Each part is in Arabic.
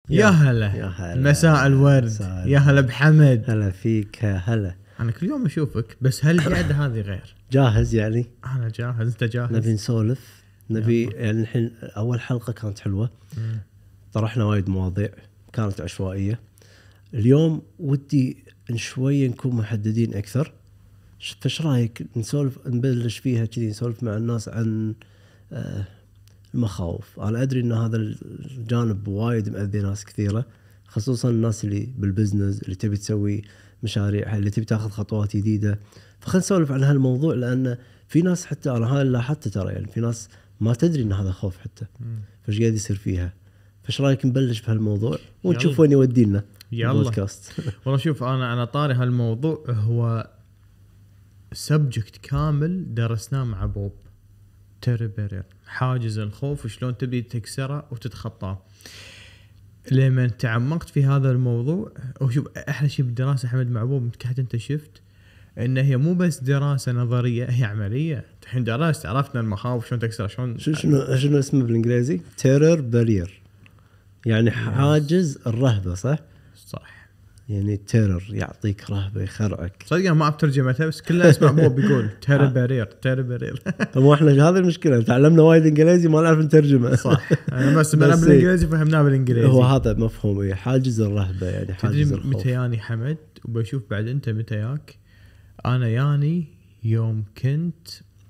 يا هلا. يا هلا. مساء الورد. يا هلا بحمد. هلا فيك. هلا. انا كل يوم اشوفك بس هالقعده هذه غير. جاهز يعني؟ انا جاهز. انت جاهز؟ نبي نسولف. نبي يعني الحين اول حلقه كانت حلوه. طرحنا وايد مواضيع كانت عشوائيه. اليوم ودي شويه نكون محددين اكثر. فايش رايك نسولف نبلش فيها كذي نسولف مع الناس عن المخاوف. انا ادري ان هذا الجانب وايد مأذي ناس كثيره، خصوصا الناس اللي بالبزنس اللي تبي تسوي مشاريع اللي تبي تاخذ خطوات جديده. فخلنا نسولف عن هالموضوع لان في ناس حتى انا هاي لاحظت ترى يعني في ناس ما تدري ان هذا خوف حتى فايش قاعد يصير فيها. فايش رايك نبلش بهالموضوع ونشوف وين يودينا البودكاست. والله شوف انا طاري هالموضوع هو سبجكت كامل درسناه مع بوب تيري، حاجز الخوف وشلون تبي تكسره وتتخطاه. لما تعمقت في هذا الموضوع وشوف احلى شيء بالدراسه حمد مع بوب انت شفت ان هي مو بس دراسه نظريه، هي عمليه. الحين درست عرفنا المخاوف شلون تكسر شلون. شنو اسمه بالانجليزي؟ تيرر بارير، يعني حاجز الرهبه. صح يعني تيرر يعطيك رهبه يخرعك. صدق انا ما اعرف ترجمتها بس كلها اسمع بوب بيقول تيري بارير. مو احنا هذا المشكله تعلمنا وايد انجليزي ما نعرف نترجمه. صح انا بس بالانجليزي فهمناه بالانجليزي. هو هذا مفهوم حاجز الرهبه يعني حاجز الخوف. متى ياني حمد وبشوف بعد انت متى ياك. انا ياني يوم كنت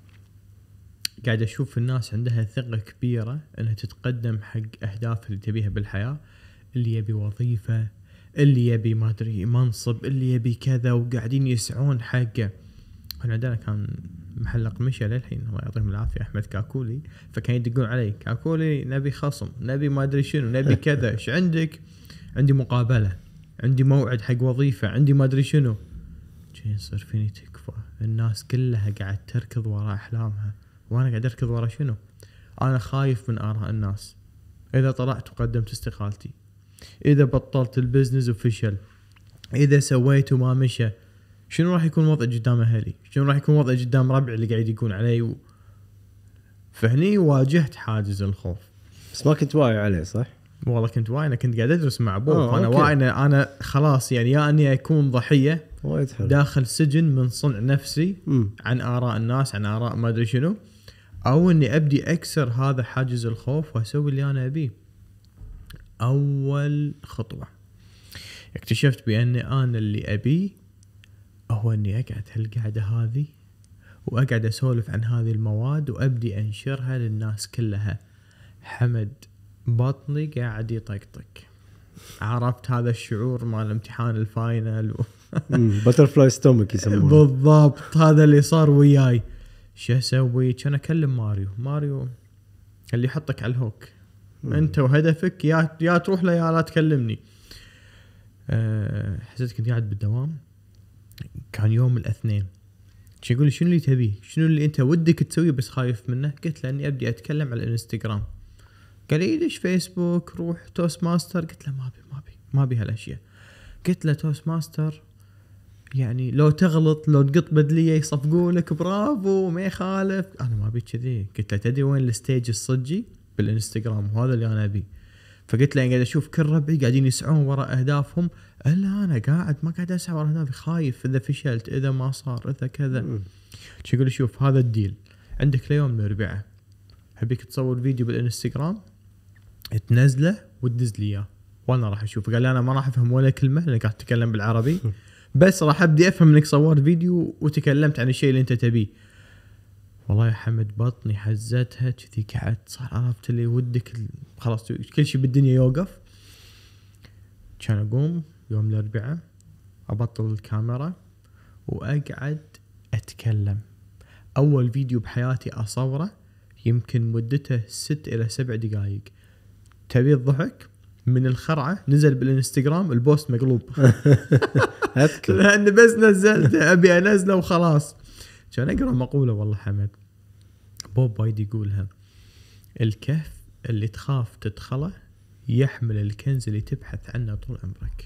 قاعد اشوف الناس عندها ثقه كبيره انها تتقدم حق اهداف اللي تبيها بالحياه، اللي يبي وظيفه، اللي يبي ما ادري منصب، اللي يبي كذا، وقاعدين يسعون حقه. احنا عندنا كان محلق مشى للحين الله يعطيهم العافيه احمد كاكولي، فكان يدقون علي كاكولي نبي خصم، نبي ما ادري شنو، نبي كذا، ايش عندك؟ عندي مقابله، عندي موعد حق وظيفه، عندي ما ادري شنو. جاي يصير فيني تكفى. الناس كلها قاعد تركض وراء احلامها وانا قاعد اركض وراء شنو؟ انا خايف من اراء الناس. اذا طلعت وقدمت استقالتي، إذا بطلت البزنس وفشل، إذا سويت وما مشى، شنو راح يكون وضعي قدام أهلي؟ شنو راح يكون وضعي قدام ربعي اللي قاعد يقول علي فهني واجهت حاجز الخوف. بس ما كنت واعي عليه صح؟ والله كنت واعي. أنا كنت قاعد أدرس مع أبوه فأنا واعي أنا خلاص يعني يا أني أكون ضحية داخل سجن من صنع نفسي عن آراء الناس، عن آراء ما أدري شنو، أو أني أبدي أكسر هذا حاجز الخوف وأسوي اللي أنا أبيه. أول خطوة اكتشفت بأني أنا اللي أبيه هو أني أقعد هالقعدة هذه وأقعد أسولف عن هذه المواد وأبدي أنشرها للناس كلها. حمد بطني قاعد يطقطق. عرفت هذا الشعور مال امتحان الفاينل باترفلاي ستومك يسمونه. بالضبط هذا اللي صار وياي. شو أسوي؟ كان أكلم ماريو اللي يحطك على الهوك. انت وهدفك يا تروح له يا لا تكلمني. حسيت كنت قاعد بالدوام. كان يوم الاثنين. يقول لي شنو اللي تبيه؟ شنو اللي انت ودك تسويه بس خايف منه؟ قلت له اني ابدي اتكلم على الانستغرام. قال لي ليش فيسبوك؟ روح توست ماستر. قلت له ما بي هالاشياء. قلت له توست ماستر يعني لو تغلط لو تقط بدليه يصفقوا لك برافو ما يخالف. انا ما ابي كذي. قلت له تدري وين الستيج الصجي؟ بالانستغرام. وهذا اللي انا ابي. فقلت له قاعد اشوف كل ربعي قاعدين يسعون وراء اهدافهم، الا انا ما قاعد اسعى وراء اهدافي، خايف اذا فشلت، اذا ما صار، اذا كذا. يقول لي شوف هذا الديل عندك ليوم الاربعاء، ابيك تصور فيديو بالانستغرام تنزله وتدز لي اياه وانا راح اشوف. قال لي انا ما راح افهم ولا كلمه لانك قاعد تتكلم بالعربي، بس راح ابدي افهم انك صورت فيديو وتكلمت عن الشيء اللي انت تبيه. والله يا حمد بطني حزتها كذي. قعدت صار عرفت اللي ودك خلاص كل شيء بالدنيا يوقف. كان اقوم يوم الاربعاء ابطل الكاميرا واقعد اتكلم. اول فيديو بحياتي اصوره يمكن مدته 6 إلى 7 دقائق. تبي الضحك؟ من الخرعة نزل بالانستغرام البوست مقلوب. لأن بس نزلت أبي أنزله وخلاص. كان أقرأ مقولة والله حمد بوب وايد يقولها: الكهف اللي تخاف تدخله يحمل الكنز اللي تبحث عنه طول عمرك.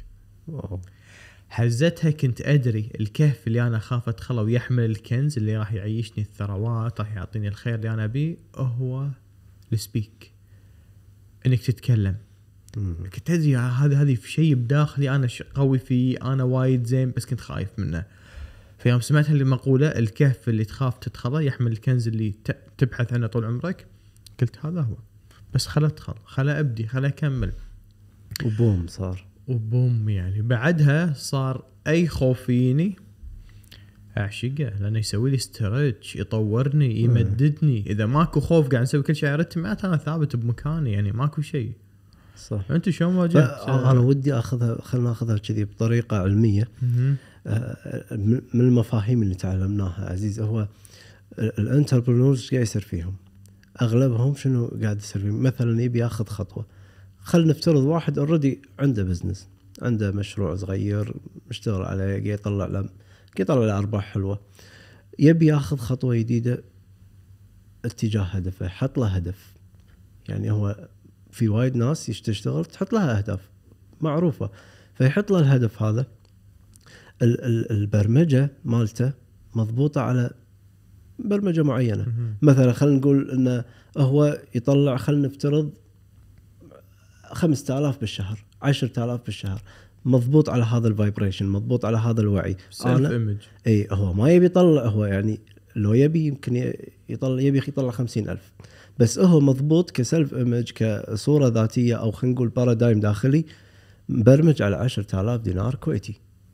حزتها كنت أدري الكهف اللي أنا خاف أدخله ويحمل الكنز اللي راح يعيشني الثروات، راح يعطيني الخير اللي أنا أبيه، هو السبيك، إنك تتكلم. كنت ادري هذه في شيء بداخلي انا قوي فيه، انا وايد زين بس كنت خايف منه. فيوم سمعت هالمقولة الكهف اللي تخاف تدخله يحمل الكنز اللي تبحث عنه طول عمرك، قلت هذا هو. بس خلا ادخل، خلا ابدي، خلا اكمل، وبوم صار وبوم. يعني بعدها صار اي خوف فيني اعشقه، لانه يسوي لي ستريتش، يطورني، يمددني. اذا ماكو خوف قاعد نسوي كل شيء على رتم، معناته انا ثابت بمكاني، يعني ماكو شيء. صح. انت شلون واجهت؟ انا ودي اخذها، خلينا ناخذها كذي بطريقه علميه. من المفاهيم اللي تعلمناها عزيز، هو الانتربرنورز قاعد يصير فيهم اغلبهم شنو قاعد يصير فيهم؟ مثلا يبي ياخذ خطوه، خلينا نفترض واحد اوريدي عنده بزنس، عنده مشروع صغير مشتغل عليه، قاعد يطلع له ارباح حلوه، يبي ياخذ خطوه جديده اتجاه هدفه. حط له هدف. يعني هو في وايد ناس تشتغل تحط لها اهداف معروفه، فيحط له الهدف هذا. البرمجه مالته مضبوطه على برمجه معينه. مثلا خلينا نقول انه هو يطلع، خلينا نفترض 5000 بالشهر، 10000 بالشهر، مضبوط على هذا الفايبريشن، مضبوط على هذا الوعي. سيلف ايمج. اي هو ما يبي يطلع، هو يعني لو يبي يمكن يطلع 50,000، بس هو مضبوط كسلف ايمج، كصوره ذاتيه، او خلينا نقول بارادايم داخلي مبرمج على 10,000 دينار كويتي.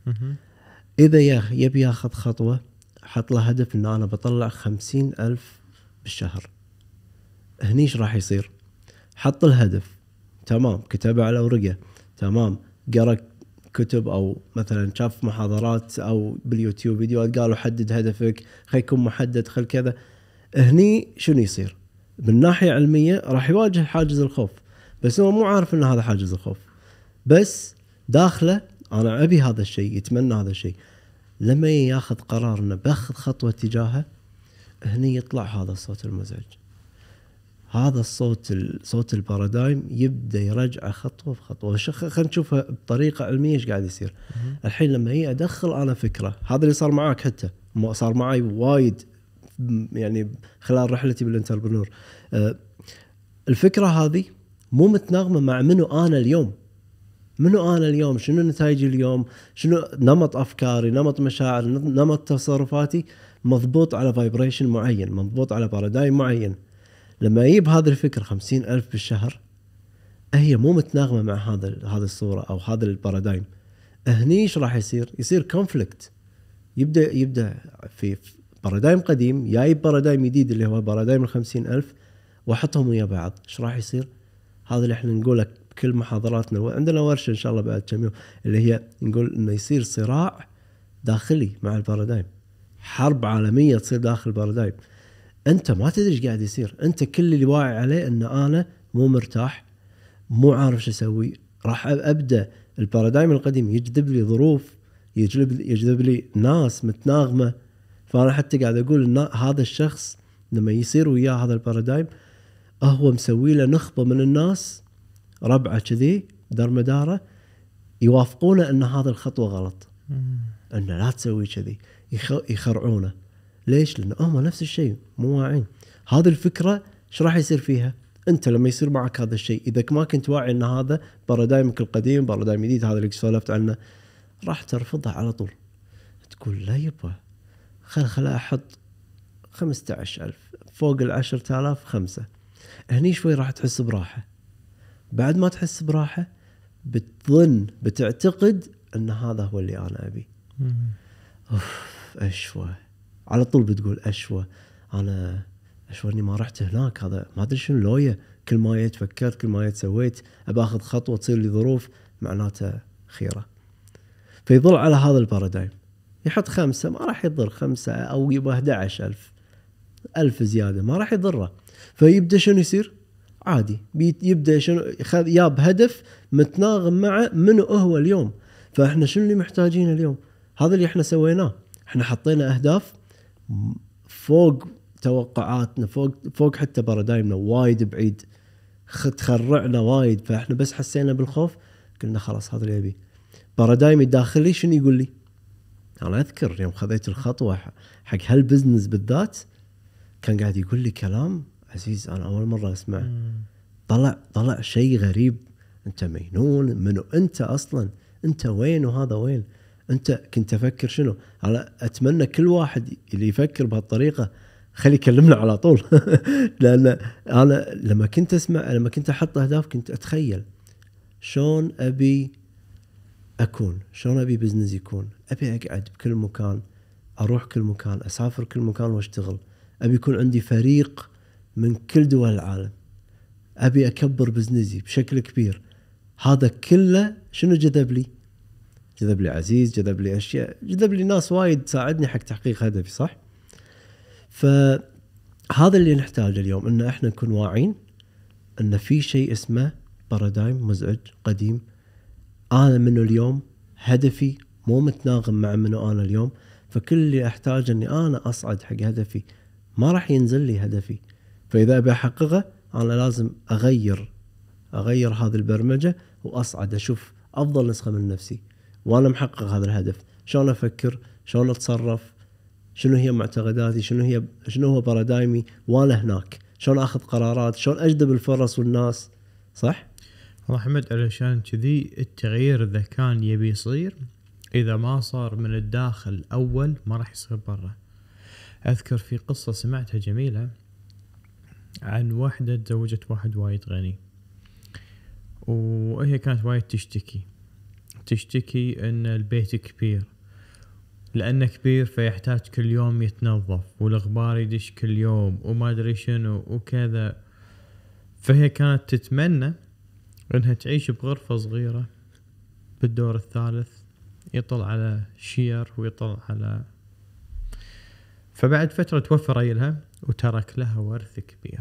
اذا يبي ياخذ خطوه، حط له هدف ان انا بطلع 50,000 بالشهر. هني ايش راح يصير؟ حط الهدف تمام، كتبه على ورقه تمام، قرأ كتب او مثلا شاف محاضرات او باليوتيوب فيديوهات قالوا حدد هدفك، خلي يكون محدد، خل كذا. هني شنو يصير؟ من ناحيه علميه راح يواجه حاجز الخوف، بس هو مو عارف ان هذا حاجز الخوف، بس داخله انا ابي هذا الشيء، يتمنى هذا الشيء. لما ياخذ قرار انه باخذ خطوه تجاهه، هني يطلع هذا الصوت المزعج، هذا صوت البارادايم يبدا يرجع خطوه بخطوه. خلينا نشوفها بطريقه علميه ايش قاعد يصير. الحين لما هي ادخل انا فكره، هذا اللي صار معاك، حتى صار معي وايد يعني خلال رحلتي بالانتربرنور. الفكره هذه مو متناغمه مع منو انا اليوم، شنو نتائجي اليوم، شنو نمط افكاري، نمط مشاعر، نمط تصرفاتي، مضبوط على فايبريشن معين، مضبوط على بارادايم معين. لما يجيب هذه الفكرة 50,000 بالشهر، هي مو متناغمة مع هذا الصورة أو هذا البارادايم. هني إيش راح يصير كونفليكت. يبدأ في بارادايم قديم جايب بارادايم جديد اللي هو بارادايم 50,000، وحطهم ويا بعض. إيش راح يصير؟ هذا اللي احنا نقوله بكل محاضراتنا، وعندنا ورشة إن شاء الله بعد كم يوم، اللي هي نقول إنه يصير صراع داخلي مع البارادايم، حرب عالمية تصير داخل البارادايم. انت ما تدري ايش قاعد يصير، انت كل اللي واعي عليه ان انا مو مرتاح، مو عارف شو اسوي. راح ابدا البارادايم القديم يجذب لي ظروف، يجذب لي ناس متناغمه. فانا حتى قاعد اقول ان هذا الشخص لما يصير وياه هذا البارادايم، هو مسوي له نخبه من الناس ربعه كذي درمداره يوافقونه ان هذا الخطوه غلط، ان لا تسوي كذي، يخرعونه. ليش؟ لأنه هم نفس الشيء مو واعين. هذه الفكرة ايش راح يصير فيها؟ انت لما يصير معك هذا الشيء، اذا ما كنت واعي ان هذا بارادايمك القديم، بارادايم جديد، هذا اللي سولفت عنه، راح ترفضها على طول. تقول لا يبا، خل احط 15,000 فوق 10,000 5. هني شوي راح تحس براحة. بعد ما تحس براحة بتعتقد ان هذا هو اللي انا ابي. اشوى على طول، بتقول اشوى، انا اشوى اني ما رحت هناك، هذا ما ادري شنو لويا، كل ما فكرت، كل ما سويت، ابى اخذ خطوه تصير لي ظروف، معناته خيره. فيظل على هذا البارادايم، يحط 5 ما راح يضر، 5 او يبقى 11,000 زياده ما راح يضره. فيبدا شنو يصير؟ عادي يبدا شنو ياب هدف متناغم مع منو هو اليوم. فاحنا شنو اللي محتاجينه اليوم؟ هذا اللي احنا سويناه، احنا حطينا اهداف فوق توقعاتنا، فوق حتى بارادايمنا، وايد بعيد، تخرعنا وايد. فاحنا بس حسينا بالخوف، قلنا خلاص هذا اللي يبي. بارادايمي الداخلي شنو يقول لي؟ انا اذكر يوم خذيت الخطوه حق هالبزنس بالذات، كان قاعد يقول لي كلام عزيز انا اول مره اسمع. طلع شيء غريب انت مجنون، منو انت اصلا، انت وين وهذا وين، انت كنت افكر شنو. على اتمنى كل واحد اللي يفكر بهالطريقه خلي يكلمنا على طول. لان انا لما كنت احط اهداف كنت اتخيل شلون ابي اكون، شلون ابي بزنس يكون، ابي اقعد بكل مكان، اروح كل مكان، اسافر كل مكان واشتغل، ابي يكون عندي فريق من كل دول العالم، ابي اكبر بزنسي بشكل كبير. هذا كله شنو جذب لي؟ جذب لي عزيز، جذب لي اشياء، جذب لي ناس وايد تساعدني حق تحقيق هدفي، صح؟ فهذا اللي نحتاجه اليوم، ان احنا نكون واعين ان في شيء اسمه بارادايم مزعج قديم. انا منه اليوم هدفي مو متناغم مع منه انا اليوم، فكل اللي احتاجه اني انا اصعد حق هدفي، ما راح ينزل لي هدفي. فاذا ابي احققه انا لازم اغير هذه البرمجه واصعد اشوف افضل نسخه من نفسي وانا محقق هذا الهدف. شلون افكر، شلون اتصرف، شنو هي معتقداتي، شنو هو بارادايمي وانا هناك، شلون اخذ قرارات، شلون اجذب الفرص والناس، صح؟ والله حمد، علشان كذي التغيير اذا كان يبي يصير، اذا ما صار من الداخل اول ما راح يصير برا. اذكر في قصة سمعتها جميلة عن واحدة تزوجت واحد وايد غني، وهي كانت وايد تشتكي ان البيت كبير، لانه كبير فيحتاج كل يوم يتنظف والغبار يدش كل يوم وما ادري شنو وكذا. فهي كانت تتمنى انها تعيش بغرفة صغيرة بالدور الثالث يطل على شير ويطل على. فبعد فترة توفى ريلها وترك لها ورث كبير.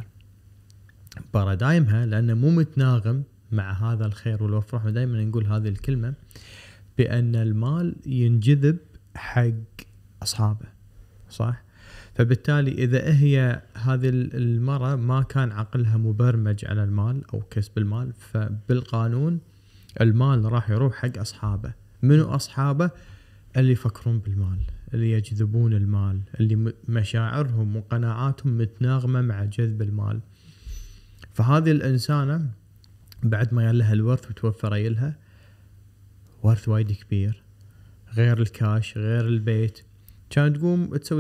بارادايمها لأنه مو متناغم مع هذا الخير والوفرة. احنا دائما نقول هذه الكلمة بأن المال ينجذب حق أصحابه، صح؟ فبالتالي إذا هي هذه المرأة ما كان عقلها مبرمج على المال أو كسب المال، فبالقانون المال راح يروح حق أصحابه. منو أصحابه؟ اللي يفكرون بالمال، اللي يجذبون المال، اللي مشاعرهم وقناعاتهم متناغمة مع جذب المال. فهذه الإنسانة بعد ما يالها الورث وتوفى ريلها ورث وايد كبير، غير الكاش غير البيت، كانت تقوم تسوي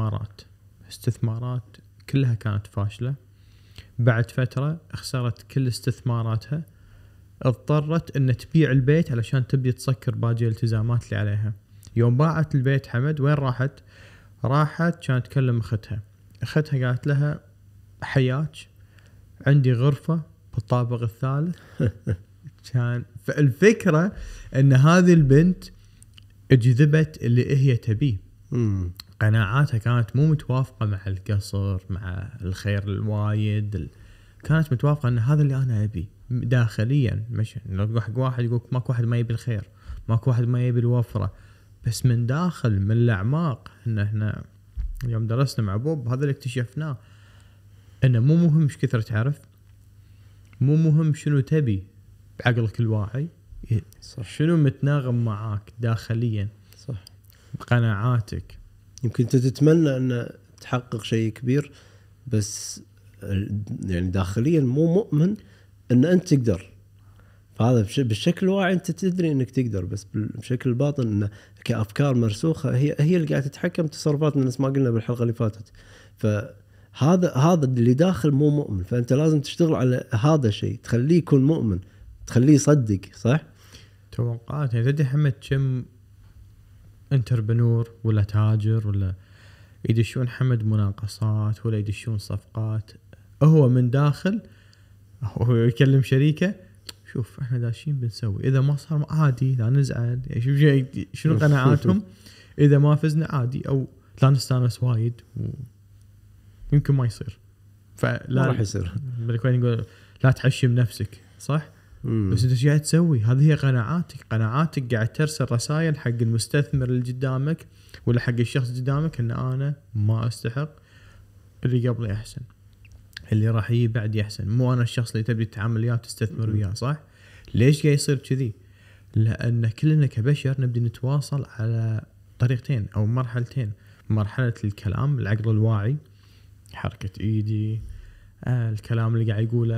استثمارات كلها كانت فاشلة. بعد فترة خسرت كل استثماراتها، اضطرت ان تبيع البيت علشان تبي تسكر باقي الالتزامات اللي عليها. يوم باعت البيت حمد وين راحت كانت تكلم اختها قالت لها حياك، عندي غرفة بالطابق الثالث. كان فالفكرة ان هذه البنت اجذبت اللي هي تبيه. قناعاتها كانت مو متوافقة مع القصر، مع الخير الوايد، كانت متوافقة ان هذا اللي انا ابي داخليا. مش لو حق واحد يقول ماكو واحد ما يبي الخير، ماكو واحد ما يبي الوفرة، بس من داخل من الاعماق. ان احنا يوم درسنا مع بوب هذا اللي اكتشفناه، انه مو مهم ايش كثر تعرف، مو مهم شنو تبي بعقلك الواعي، صح. شنو متناغم معاك داخليا، صح، بقناعاتك. يمكن انت تتمنى ان تحقق شيء كبير، بس يعني داخليا مو مؤمن ان انت تقدر. فهذا بالشكل الواعي انت تدري انك تقدر، بس بشكل الباطن انه كافكار مرسوخه هي اللي قاعده تتحكم تصرفاتنا، نفس ما قلنا بالحلقه اللي فاتت. فهذا اللي داخل مو مؤمن، فانت لازم تشتغل على هذا الشيء، تخليه يكون مؤمن، تخليه يصدق. صح؟ توقعات يعني تدري حمد كم انتربنور ولا تاجر ولا يدشون حمد مناقصات ولا يدشون صفقات، هو من داخل هو يكلم شريكه، شوف احنا داشين بنسوي، اذا ما صار عادي لا نزعل. يعني شنو قناعاتهم؟ اذا ما فزنا عادي، او لا نستانس وايد يمكن ما يصير. فلا راح يصير. بالكوين يقول لا تحشم نفسك، صح؟ بس انت ايش قاعد تسوي؟ هذه هي قناعاتك قاعد ترسل رسائل حق المستثمر اللي قدامك ولا حق الشخص قدامك ان انا ما استحق، اللي قبلي احسن، اللي راح يجي بعدي احسن، مو انا الشخص اللي تبي تتعامل وياه وتستثمر وياه. صح؟ ليش قاعد يصير كذي؟ لان كلنا كبشر نبدي نتواصل على طريقتين او مرحلتين. مرحله الكلام، العقل الواعي، حركه ايدي، الكلام اللي قاعد يقوله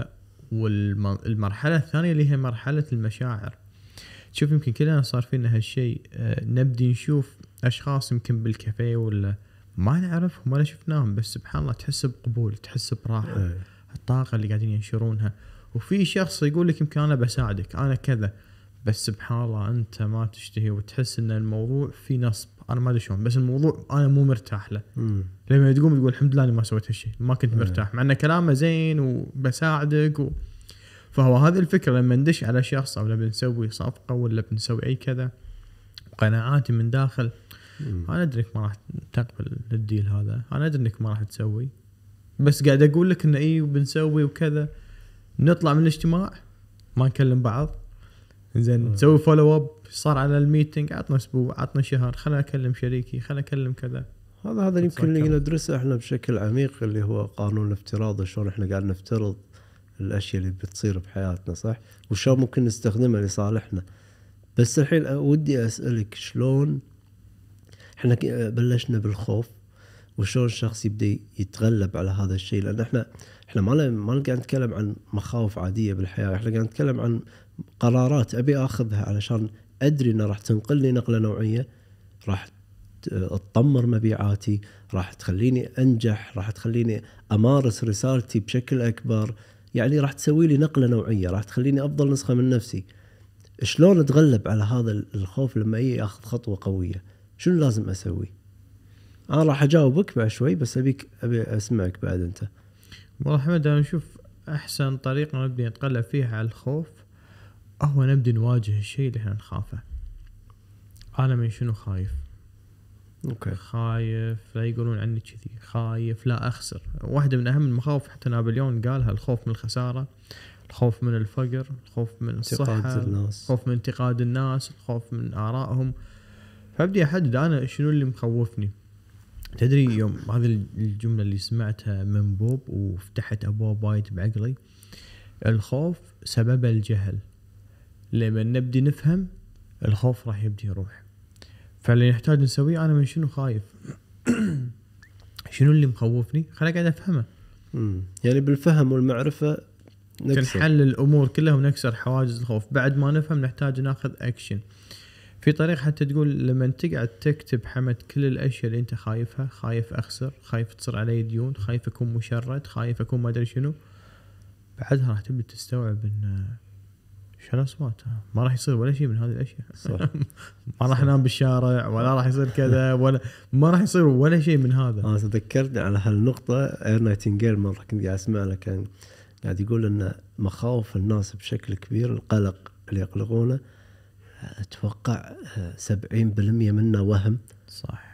والمرحلة الثانية اللي هي مرحلة المشاعر. شوف يمكن كلنا صار فينا هالشيء، نبدي نشوف أشخاص يمكن بالكافيه ولا ما نعرفهم ولا شفناهم، بس سبحان الله تحس بقبول، تحس براحة، الطاقة اللي قاعدين ينشرونها. وفي شخص يقول لك يمكن أنا بساعدك أنا كذا، بس سبحان الله أنت ما تشتهي وتحس إن الموضوع في نصب، أنا ما أدري شلون، بس الموضوع أنا مو مرتاح له. لما تقوم تقول الحمد لله أنا ما سويت هالشيء، ما كنت مرتاح، مع إن كلامه زين وبساعدك فهو هذه الفكرة. لما ندش على شخص أو لما نسوي صفقة ولا بنسوي أي كذا، قناعاتي من داخل أنا أدري إنك ما راح تقبل الديل هذا، أنا أدري إنك ما راح تسوي، بس قاعد أقول لك إنه إيه وبنسوي وكذا. نطلع من الاجتماع ما نكلم بعض، زين نسوي فولو اب، صار على الميتنج عطنا اسبوع عطنا شهر، خلنا اكلم شريكي خلنا اكلم كذا. هذا يمكن اللي ندرسه احنا بشكل عميق، اللي هو قانون الافتراض، شلون احنا قاعد نفترض الاشياء اللي بتصير بحياتنا، صح؟ وشلون ممكن نستخدمها لصالحنا. بس الحين ودي اسالك شلون احنا بلشنا بالخوف، وشلون الشخص يبدا يتغلب على هذا الشيء، لان احنا ما قاعد نتكلم عن مخاوف عاديه بالحياه، احنا قاعد نتكلم عن قرارات ابي اخذها علشان ادري انها راح تنقلني نقله نوعيه، راح تطمر مبيعاتي، راح تخليني انجح، راح تخليني امارس رسالتي بشكل اكبر، يعني راح تسوي لي نقله نوعيه، راح تخليني افضل نسخه من نفسي. شلون اتغلب على هذا الخوف لما اخذ خطوه قويه؟ شنو لازم اسوي؟ انا راح اجاوبك بعد شوي، بس ابي اسمعك بعد انت. والله حمد انا اشوف احسن طريقه نبدي نتغلب فيها على الخوف هو نبدي نواجه الشيء اللي احنا نخافه. انا من شنو خايف؟ اوكي. خايف لا يقولون عني كذي، خايف لا اخسر. واحده من اهم المخاوف حتى نابليون قالها، الخوف من الخساره، الخوف من الفقر، الخوف من الصحه، الخوف من انتقاد الناس، الخوف من آرائهم. فابدي احدد انا شنو اللي مخوفني. تدري يوم هذه الجمله اللي سمعتها من بوب وفتحت ابواب وايد بعقلي، الخوف سبب الجهل. لما نبدي نفهم الخوف راح يبدي يروح. فاللي نحتاج نسويه انا من شنو خايف شنو اللي مخوفني، خليني قاعد افهمه. يعني بالفهم والمعرفه نحل الامور كلها ونكسر حواجز الخوف. بعد ما نفهم نحتاج ناخذ اكشن. في طريق حتى تقول لما تقعد تكتب حمد كل الاشياء اللي انت خايفها، خايف اخسر، خايف تصير علي ديون، خايف اكون مشرد، خايف اكون ما ادري شنو، بعدها راح تبدا تستوعب ان شنو اصوات ما راح يصير ولا شيء من هذه الاشياء. صح. ما راح انام بالشارع، ولا راح يصير كذا، ولا ما راح يصير ولا شيء من هذا. انا تذكرتني على هالنقطه اير نايتنجيل مره كنت قاعد اسمع له، كان قاعد يقول ان مخاوف الناس بشكل كبير، القلق اللي يقلقونه اتوقع 70% منه وهم، صح،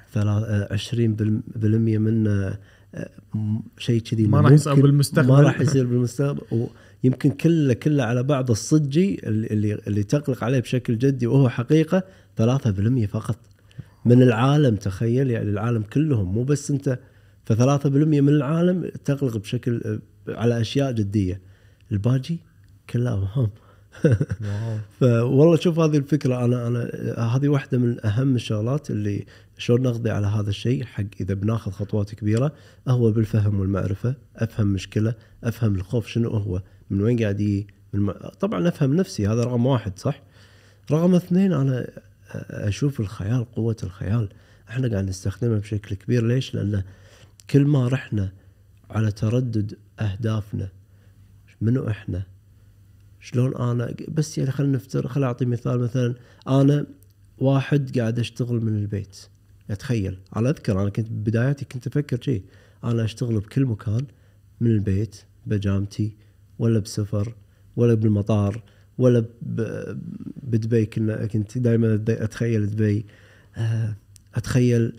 20% منه شيء كذي ما راح يصير بالمستقبل، ما راح يصير بالمستقبل، ويمكن كله على بعض الصجي اللي تقلق عليه بشكل جدي وهو حقيقة 3% فقط من العالم. تخيل يعني العالم كلهم مو بس انت، ف3% من العالم تقلق بشكل على اشياء جدية، الباقي كله اوهام. فوالله شوف هذه الفكرة، أنا هذه واحدة من أهم الشغلات اللي شلون نقضي على هذا الشيء. حق إذا بناخذ خطوات كبيرة هو بالفهم والمعرفة، أفهم مشكلة، أفهم الخوف شنو هو، من وين قاعد يجي، طبعا أفهم نفسي، هذا رقم 1 صح. رقم 2 أنا أشوف الخيال، قوة الخيال إحنا قاعد نستخدمها بشكل كبير. ليش؟ لأن كل ما رحنا على تردد أهدافنا، منو إحنا، شلون أنا بس يعني خلينا أعطي مثال. مثلا أنا واحد قاعد أشتغل من البيت، أتخيل أنا أذكر أنا كنت بداياتي كنت أفكر شيء، أنا أشتغل بكل مكان من البيت، بجامتي ولا بسفر ولا بالمطار ولا بدبي. كنت دائما أتخيل دبي، أتخيل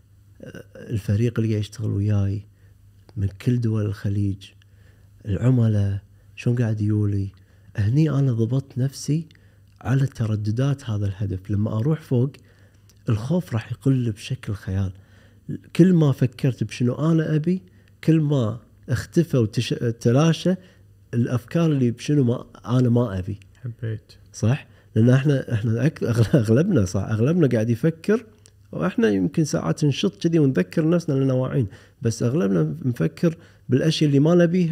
الفريق اللي يشتغل وياي من كل دول الخليج، العملاء شلون قاعد يولي. هني أنا ضبطت نفسي على ترددات هذا الهدف. لما أروح فوق الخوف راح يقل بشكل خيال. كل ما فكرت بشنو أنا أبي، كل ما اختفى وتلاشى الأفكار اللي بشنو ما أنا ما أبي. حبيت صح؟ لأن إحنا أغلبنا صح، أغلبنا قاعد يفكر، وإحنا يمكن ساعات نشط كذي ونذكر نفسنا لنا واعين، بس أغلبنا نفكر بالأشياء اللي ما نبيها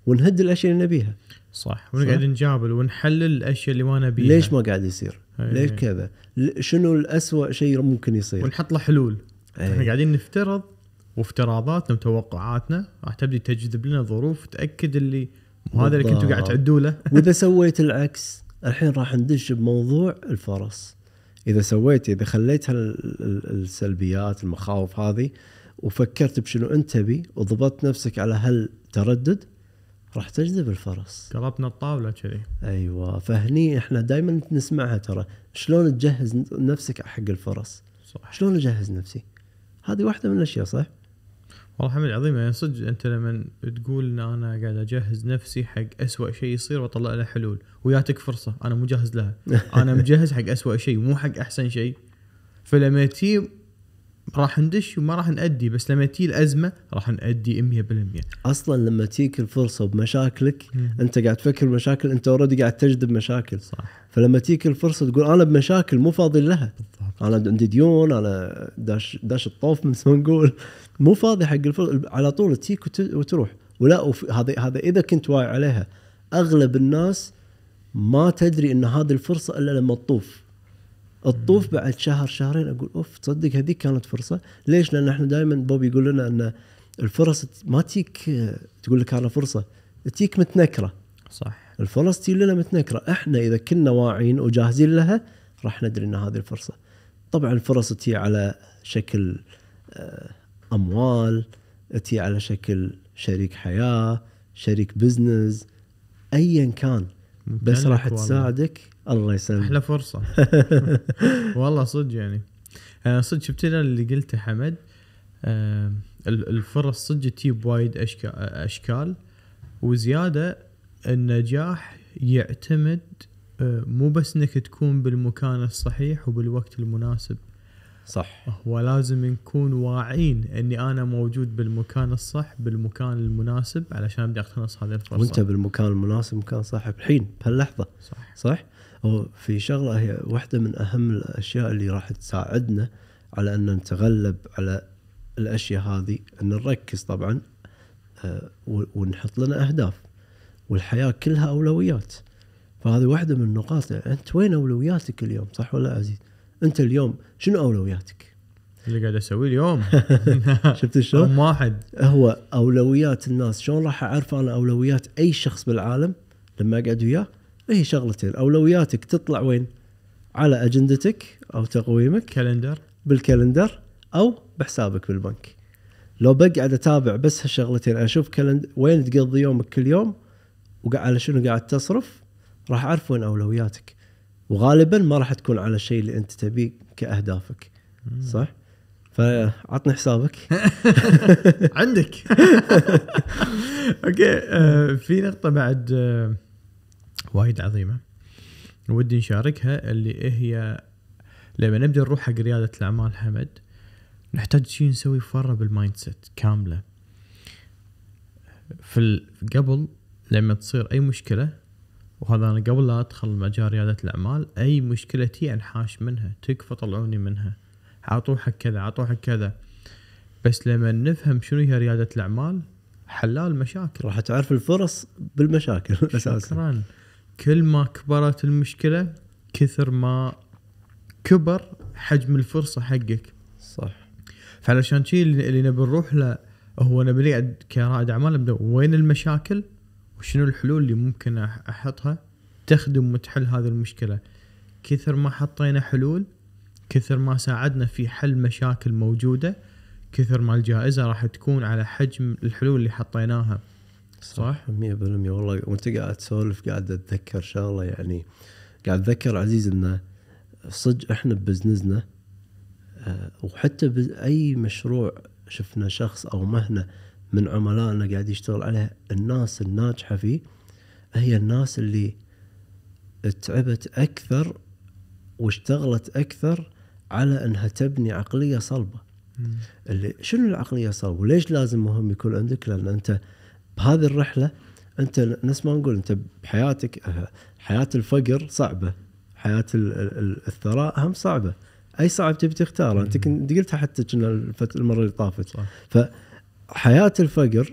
ونهد الاشياء اللي نبيها. صح. ونقعد نجابل ونحلل الاشياء اللي ما نبيها. ليش ما قاعد يصير؟ ليش كذا؟ شنو الأسوأ شيء ممكن يصير؟ ونحط له حلول. احنا قاعدين نفترض، وافتراضاتنا وتوقعاتنا راح تبدي تجذب لنا ظروف تاكد اللي هذا اللي كنتوا قاعد تعدوا له. واذا سويت العكس الحين راح ندش بموضوع الفرص. اذا خليت السلبيات المخاوف هذه وفكرت بشنو انت تبي وضبطت نفسك على هالتردد راح تجذب الفرص. قلبنا الطاوله كذي. ايوه. فهني احنا دائما نسمعها ترى شلون تجهز نفسك حق الفرص. صح. شلون اجهز نفسي؟ هذه واحده من الاشياء. صح والله حمد عظيم. يعني صدق انت لما تقول ان انا قاعد اجهز نفسي حق أسوأ شيء يصير واطلع له حلول، وياتك فرصه انا مو جاهز لها. انا مجهز حق أسوأ شيء مو حق احسن شيء. فلما تي راح ندش وما راح نأدي، بس لما تي الازمه راح نأدي 100%. اصلا لما تيك الفرصه بمشاكلك انت قاعد تفكر بمشاكل، انت اوريدي قاعد تجذب مشاكل. صح. فلما تيك الفرصه تقول انا بمشاكل مو فاضي لها. بالضبط. انا عندي ديون، انا داش الطوف من ما نقول مو فاضي حق الفرصه. على طول تيك وتروح. ولا هذا اذا كنت واعي عليها. اغلب الناس ما تدري ان هذه الفرصه الا لما الطوف بعد شهر شهرين اقول اوف تصدق هذيك كانت فرصه. ليش؟ لان احنا دائما بوب يقول لنا ان الفرص ما تيك تقول لك انا فرصه، تيك متنكره. صح. الفرص تجي لنا متنكره. احنا اذا كنا واعيين وجاهزين لها راح ندري ان هذه الفرصه. طبعا الفرص تجي على شكل اموال، تجي على شكل شريك حياه، شريك بزنس، ايا كان، بس راح تساعدك. الله يسلمك. احلى فرصه. والله صدق. يعني انا صدق شفت اللي قلته حمد. الفرص صدق تجيب وايد اشكال وزياده. النجاح يعتمد مو بس انك تكون بالمكان الصحيح وبالوقت المناسب. صح. ولازم نكون واعين اني انا موجود بالمكان الصح بالمكان المناسب علشان ابدا اقتنص هذه الفرصه. وانت بالمكان المناسب مكان صح الحين بهاللحظه. صح. وفي شغله هي واحده من اهم الاشياء اللي راح تساعدنا على ان نتغلب على الاشياء هذه، ان نركز طبعا ونحط لنا اهداف. والحياه كلها اولويات. فهذه واحده من النقاط. انت وين اولوياتك اليوم؟ صح ولا عزيز؟ انت اليوم شنو اولوياتك؟ اللي قاعد اسويه اليوم. شفت شلون؟ واحد هو اولويات الناس. شلون راح اعرف انا اولويات اي شخص بالعالم لما اقعد وياه؟ هي شغلتين. اولوياتك تطلع وين؟ على اجندتك او تقويمك، كالندر، بالكالندر او بحسابك بالبنك. لو بقعد اتابع بس هالشغلتين، اشوف وين تقضي يومك كل يوم وقاعد على شنو قاعد تصرف، راح اعرف وين اولوياتك. وغالبا ما راح تكون على الشيء اللي انت تبيه كاهدافك. صح. فعطني حسابك. عندك. اوكي. في نقطه بعد وايد عظيمه ودي نشاركها، اللي هي لما نبدا نروح حق رياده الاعمال حمد نحتاج شيء نسوي فرة بالمايند سيت كامله. قبل لما تصير اي مشكله، وهذا انا قبل لا ادخل مجال رياده الاعمال، اي مشكله تي انحاش منها، تكفى طلعوني منها، عطوا حق كذا عطوا حق كذا. بس لما نفهم شنو هي رياده الاعمال، حلال مشاكل، راح تعرف الفرص بالمشاكل اساسا. شكرا. كل ما كبرت المشكله كثر ما كبر حجم الفرصه حقك. صح. فعلشان شيء اللي نبي نروح له هو نبي نقعد كرائد اعمال نبدا وين المشاكل وشنو الحلول اللي ممكن احطها تخدم وتحل هذه المشكله. كثر ما حطينا حلول كثر ما ساعدنا في حل مشاكل موجوده، كثر ما الجائزه راح تكون على حجم الحلول اللي حطيناها. صح 100%. والله وانت قاعد تسولف قاعد اتذكر شغله، يعني قاعد اتذكر عزيز انه صدق احنا ببزنسنا وحتى بأي مشروع شفنا شخص أو مهنة من عملائنا قاعد يشتغل عليها، الناس الناجحة فيه هي الناس اللي تعبت أكثر واشتغلت أكثر على أنها تبني عقلية صلبة. اللي شنو العقلية الصلبة وليش لازم مهم يكون عندك؟ لأن أنت بهذه الرحلة أنت نسمع نقول أنت بحياتك، حياة الفقر صعبة، حياة الثراء هم صعبة. أي صعب تبي تختار. أنت قلتها حتى كنا المرة اللي طافت. فحياة الفقر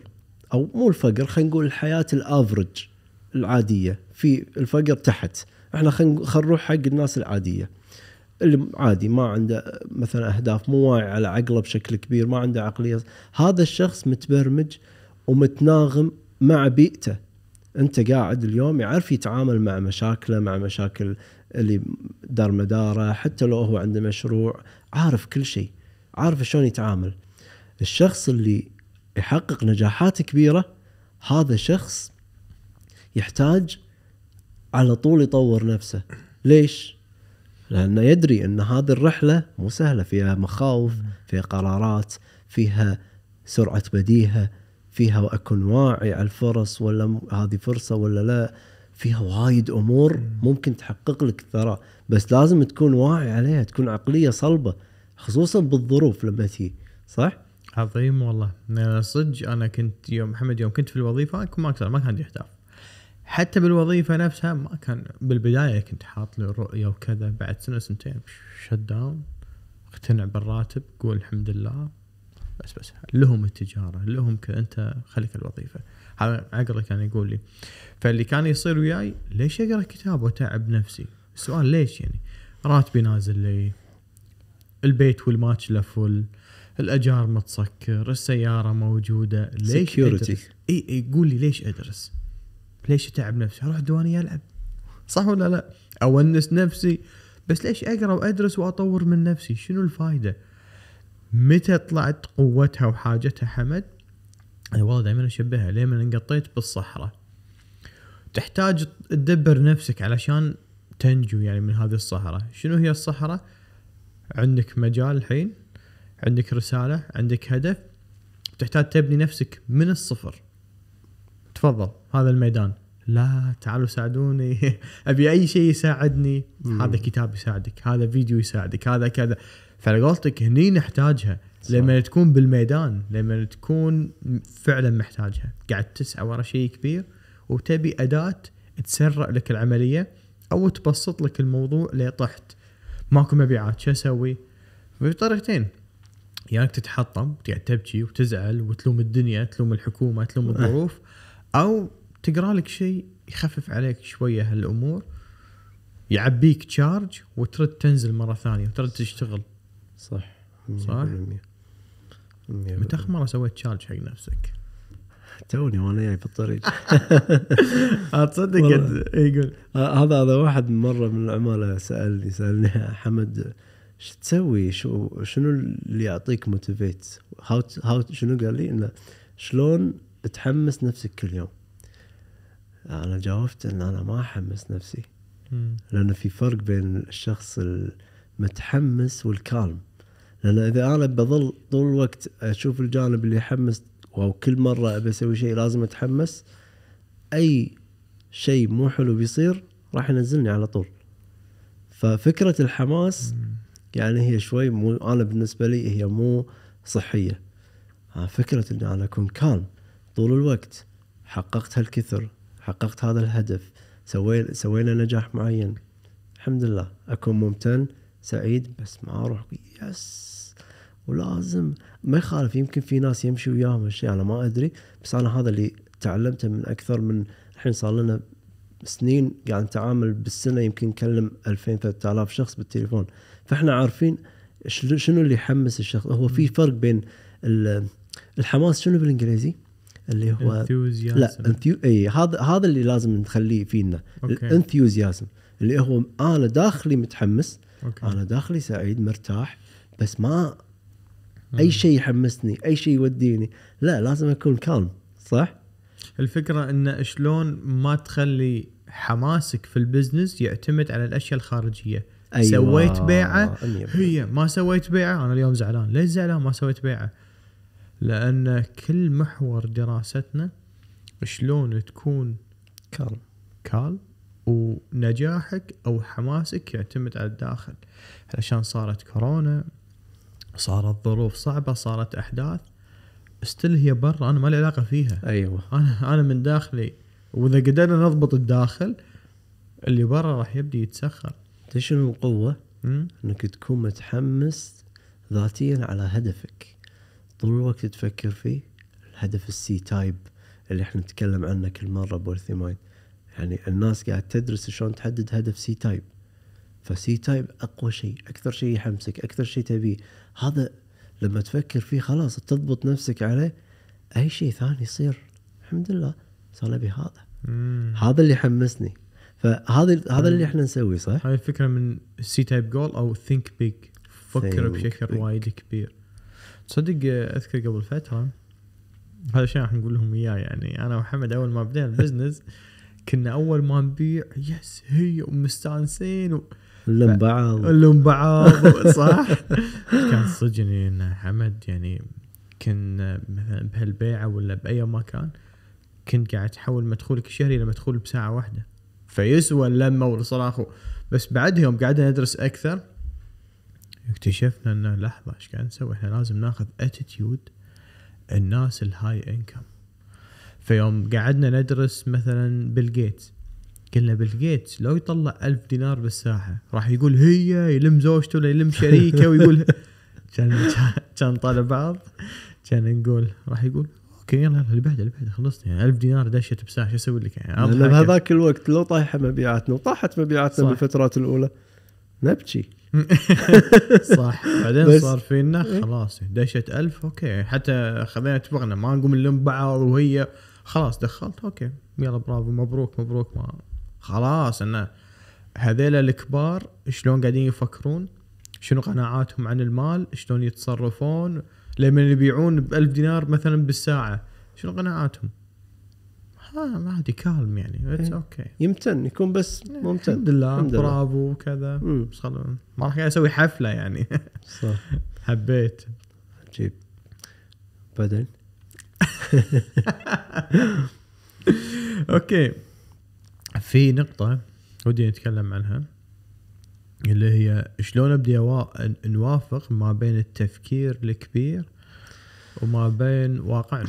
او مو الفقر، خلينا نقول الحياه الافرج العاديه، في الفقر تحت، احنا خلينا نروح حق الناس العاديه اللي عادي ما عنده مثلا اهداف، مو واعي على عقله بشكل كبير، ما عنده عقليه. هذا الشخص متبرمج ومتناغم مع بيئته. انت قاعد اليوم يعرف يتعامل مع مشاكله، مع مشاكل اللي دار مداره، حتى لو هو عنده مشروع عارف كل شيء، عارف شلون يتعامل. الشخص اللي يحقق نجاحات كبيره هذا شخص يحتاج على طول يطور نفسه. ليش؟ لأنه يدري أن هذه الرحلة مو سهلة، فيها مخاوف، فيها قرارات، فيها سرعة بديهة، فيها أكون واعي على الفرص ولا هذه فرصة ولا لا، فيها وايد أمور ممكن تحقق لك الثراء، بس لازم تكون واعي عليها، تكون عقلية صلبة، خصوصا بالظروف لما تيجي. صح؟ عظيم والله. صدق أنا كنت يوم محمد يوم كنت في الوظيفة ما كان عندي أهداف، حتى بالوظيفة نفسها ما كان. بالبداية كنت حاط لي رؤية وكذا، بعد سنة سنتين شت داون، اقتنع بالراتب، قول الحمد لله، بس لهم التجارة، لهم أنت خليك الوظيفة. هذا عقلي كان يقول لي. فاللي كان يصير وياي ليش أقرأ كتاب وتعب نفسي؟ السؤال ليش يعني؟ راتبي نازل لي، البيت والماتش لفل، الأجار متسكر، السيارة موجودة، ليش أدرس؟ يقول لي ليش أدرس؟ ليش أتعب نفسي؟ أروح دواني ألعب، صح ولا لا؟ أونس نفسي، بس ليش أقرأ وأدرس وأطور من نفسي؟ شنو الفايدة؟ متى طلعت قوتها وحاجتها حمد؟ أنا والله دائما أشبهها لما انقطيت بالصحراء، تحتاج تدبر نفسك علشان تنجو يعني من هذه الصحراء. شنو هي الصحراء؟ عندك مجال الحين، عندك رسالة، عندك هدف، تحتاج تبني نفسك من الصفر. تفضل هذا الميدان، لا تعالوا ساعدوني أبي أي شيء يساعدني. هذا كتاب يساعدك، هذا فيديو يساعدك، هذا كذا. فلقولتك هني نحتاجها لما تكون بالميدان، لما تكون فعلا محتاجها، قاعد تسعى ورا شيء كبير وتبي أداة تسرع لك العملية أو تبسط لك الموضوع لطحت ماكو مبيعات. شو أسوي؟ في طريقتين، يعني تتحطم وتقعد تبكي وتزعل وتلوم الدنيا، تلوم الحكومة، تلوم الظروف، أو تقرأ لك شيء يخفف عليك شوية هالأمور، يعبيك تشارج وترد تنزل مرة ثانية وترد تشتغل. صح. متى آخر مرة سويت تشارج حق نفسك؟ توني وانا جاي في الطريق. تصدق يقول هذا واحد مرة من العملاء سألني حمد شو تسوي، شنو اللي يعطيك موتيفيت، شنو قال لي انه شلون تحمس نفسك كل يوم. انا جاوبت ان انا ما احمس نفسي، لأن في فرق بين الشخص المتحمس والكالم. لأن إذا أنا بظل طول الوقت أشوف الجانب اللي يحمس وكل مرة أبي أسوي شيء لازم أتحمس، أي شيء مو حلو بيصير راح ينزلني على طول. ففكرة الحماس يعني هي شوي أنا بالنسبة لي هي مو صحية. فكرة أن أنا أكون كالم طول الوقت، حققت هالكثر، حققت هذا الهدف، سوينا نجاح معين، الحمد لله، أكون ممتن سعيد، بس ما أروح يس ولازم ما يخالف. يمكن في ناس يمشي وياهم الشيء أنا ما أدري، بس أنا هذا اللي تعلمته من أكثر من الحين صار لنا سنين قاعد نتعامل بالسنة يمكن نكلم 2000-3000 شخص بالتليفون، فإحنا عارفين شنو اللي يحمس الشخص. هو في فرق بين الحماس شنو بالإنجليزي اللي هو هذا اللي لازم نخليه فينا. الانثيوزيازم اللي هو أنا داخلي متحمس، أنا داخلي سعيد مرتاح، بس ما أي شيء يحمسني، أي شيء يوديني، لا لازم أكون كالم. صح؟ الفكرة إن شلون ما تخلي حماسك في البزنس يعتمد على الأشياء الخارجية. أيوة. سويت بيعة، هي ما سويت بيعة، أنا اليوم زعلان. ليش زعلان ما سويت بيعة؟ لأن كل محور دراستنا شلون تكون كالم ونجاحك أو حماسك يعتمد على الداخل. علشان صارت كورونا، صارت ظروف صعبة، صارت أحداث استل هي برا، أنا ما لي علاقة فيها. أيوة. أنا من داخلي، وإذا قدرنا نضبط الداخل اللي برا راح يبدي يتسخر. شنو القوة؟ إنك تكون متحمس ذاتيا على هدفك، طول الوقت تفكر فيه. الهدف السي تايب اللي احنا نتكلم عنه كل مره بورثي مايند. يعني الناس قاعد تدرس شلون تحدد هدف سي تايب، فسي تايب اقوى شيء، اكثر شيء يحمسك، اكثر شيء تبيه. هذا لما تفكر فيه خلاص تضبط نفسك عليه، اي شيء ثاني يصير الحمد لله. انا ابي هذا اللي يحمسني. فهذا اللي احنا نسويه صح. هاي الفكره من سي تايب جول او ثينك بيج، فكر بشكل وايد كبير. تصدق اذكر قبل فتره هذا الشيء راح نقول لهم اياه، يعني انا ومحمد اول ما بدينا البزنس كنا اول ما نبيع يس هي ومستانسين لهم بعض صح. كان صدقني ان حمد يعني كنا مثلا بهالبيعه ولا باي مكان كنت قاعد تحول مدخولك الشهري الى مدخول بساعه واحده، فيسوى اللمه والصراخ. بس بعد يوم قعدنا ندرس اكثر اكتشفنا ان لحظه ايش قاعد نسوي، احنا لازم ناخذ اتيتيود الناس الهاي انكم. فيوم قعدنا ندرس مثلا بيل جيتس، قلنا بيل جيتس لو يطلع 1000 دينار بالساعه راح يقول هي يلم زوجته ولا يلم شريكه ويقول كان طالع بعض كان نقول راح يقول اوكي يلا اللي بعده خلصنا. يعني 1000 دينار دشت بساعه شو اسوي لك؟ يعني انا بهذاك الوقت لو طايحه مبيعاتنا وطاحت مبيعاتنا بالفترات الاولى نبكي صح. بعدين صار فينا خلاص دشت 1000 اوكي، حتى خذينا اتفقنا ما نقوم نلم بعض وهي خلاص دخلت اوكي يلا برافو مبروك ما خلاص. ان هذيل الكبار شلون قاعدين يفكرون، شنو قناعاتهم عن المال، شلون يتصرفون لما يبيعون ب1000 دينار مثلا بالساعه، شنو قناعاتهم؟ ما هذه كالم يعني اوكي يمتن يكون بس ممتن الحمد لله برافو كذا. بس خلاص ما راح اسوي حفله يعني صح. حبيت عجيب. بعدين اوكي في نقطه ودي نتكلم عنها اللي هي شلون ابدي نوافق ما بين التفكير الكبير وما بين واقعنا،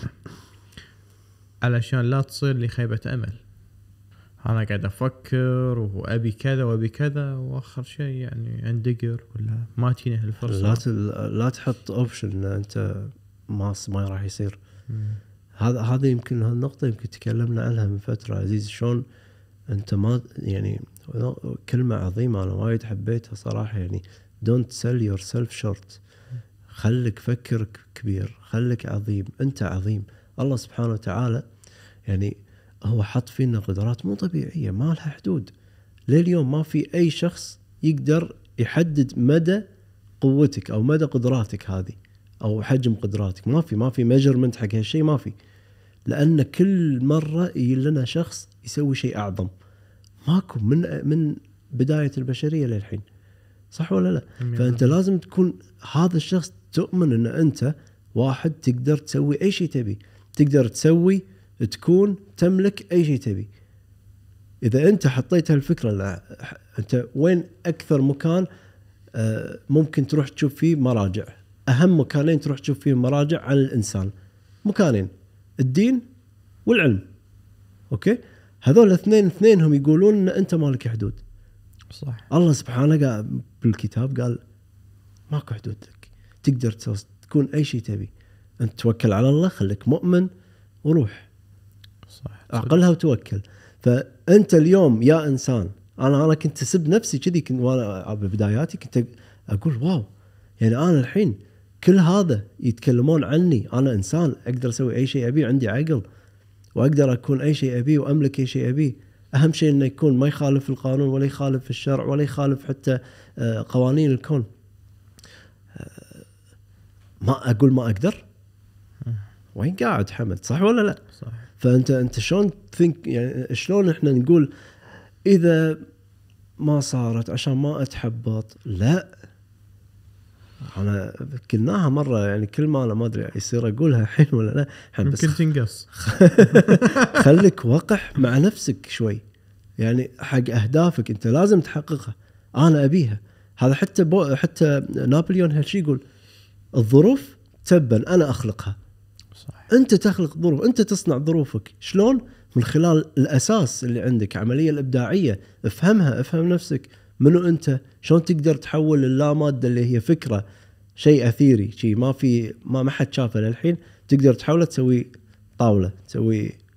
علشان لا تصير لي خيبة أمل. أنا قاعد أفكر وأبي كذا وأبي كذا وآخر شيء يعني أندقر ولا ما تيني هالفرصة. لا تحط أوبشن إن أنت ما راح يصير. هذا يمكن هالنقطة يمكن تكلمنا عنها من فترة عزيز، شلون أنت ما يعني كلمة عظيمة أنا وايد حبيتها صراحة. يعني don't sell yourself short. خلك فكرك كبير، خلك عظيم، أنت عظيم. الله سبحانه وتعالى يعني هو حط فينا قدرات مو طبيعية ما لها حدود. لليوم ما في أي شخص يقدر يحدد مدى قوتك أو مدى قدراتك هذه أو حجم قدراتك. ما في measurement حق هالشيء ما في، لأن كل مرة يلنا شخص يسوي شيء أعظم. ماكو من بداية البشرية للحين، صح ولا لا؟ فأنت لازم تكون هذا الشخص تؤمن أن أنت واحد تقدر تسوي أي شيء تبي، تقدر تسوي تكون تملك أي شيء تبي. إذا أنت حطيت هالفكرة لا أنت وين أكثر مكان ممكن تروح تشوف فيه مراجع، أهم مكانين تروح تشوف فيه مراجع عن الإنسان، مكانين الدين والعلم. أوكي هذول اثنين هم يقولون أن أنت مالك حدود. صح. الله سبحانه قال بالكتاب قال ماكو حدود لك، تقدر تكون أي شيء تبي. أنت توكل على الله، خليك مؤمن وروح. صح. أعقلها وتوكل. فأنت اليوم يا إنسان، أنا كنت أسب نفسي كذي، كنت وأنا ببداياتي كنت أقول واو يعني أنا الحين كل هذا يتكلمون عني، أنا إنسان أقدر أسوي أي شيء أبي، عندي عقل وأقدر أكون أي شيء أبي وأملك أي شيء أبي. أهم شيء إنه يكون ما يخالف القانون ولا يخالف الشرع ولا يخالف حتى قوانين الكون. ما أقول ما أقدر، وين قاعد حمد؟ صح ولا لا؟ صح. فأنت شلون يعني شلون إحنا نقول إذا ما صارت عشان ما أتحبط؟ لا، أنا قلناها مرة يعني كل ما أنا ما أدري يصير أقولها حين ولا لا، ممكن تنقص. خليك وقح مع نفسك شوي، يعني حق أهدافك أنت لازم تحققها، أنا أبيها. هذا حتى نابليون هالشي يقول الظروف تبا أنا أخلقها. صح. أنت تخلق ظروف، أنت تصنع ظروفك. شلون؟ من خلال الأساس اللي عندك، عملية الإبداعية. افهمها، افهم نفسك منو أنت، شلون تقدر تحول اللا مادة اللي هي فكرة، شيء أثيري، شيء ما حد شافه للحين، تقدر تحوله تسوي طاولة، تسوي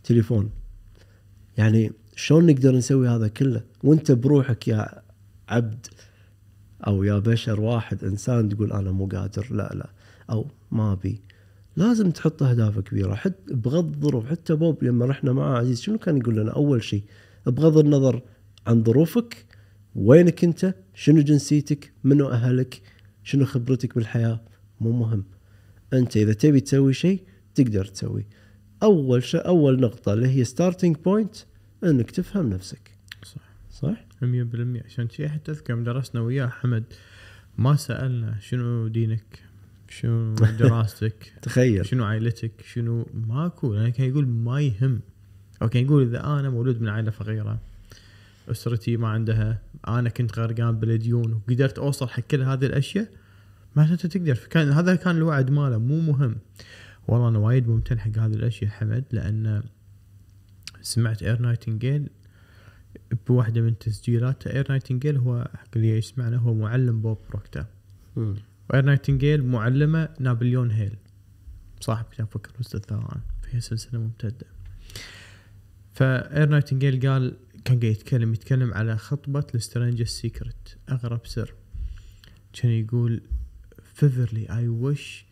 تليفون. يعني شلون نقدر نسوي هذا كله وانت بروحك يا عبد او يا بشر واحد انسان تقول انا مو قادر، لا او ما بي. لازم تحط اهداف كبيره. حتى بغض الظروف، حتى بوب لما رحنا معه عزيز شنو كان يقول لنا اول شيء؟ بغض النظر عن ظروفك، وينك انت، شنو جنسيتك، منو اهلك، شنو خبرتك بالحياه، مو مهم. انت اذا تبي تسوي شيء تقدر تسوي. اول نقطه اللي هي ستارتنج بوينت انك تفهم نفسك. صح 100%. عشان شيء حتى اذكر درسنا وياه حمد ما سالنا شنو دينك، شنو دراستك تخيل شنو عائلتك، شنو ماكو. يعني كان يقول ما يهم، او كان يقول اذا انا مولود من عائله فقيره، اسرتي ما عندها، انا كنت غرقان بالديون وقدرت اوصل حق كل هذه الاشياء، ما انت تقدر. هذا كان الوعد ماله، مو مهم. والله انا وايد ممتن حق هذه الاشياء حمد، لان سمعت اير نايتنجيل بواحده من تسجيلات. اير نايتنجيل هو حق اللي يسمعنا هو معلم بوب بروكتر، واير نايتنجيل معلمه نابليون هيل صاحب كتاب فكر وسط الثوان، فهي سلسله ممتده. فاير نايتنجيل قال كان قاعد يتكلم على خطبه السترينجر سيكرت، اغرب سر. كان يقول فيفرلي اي وش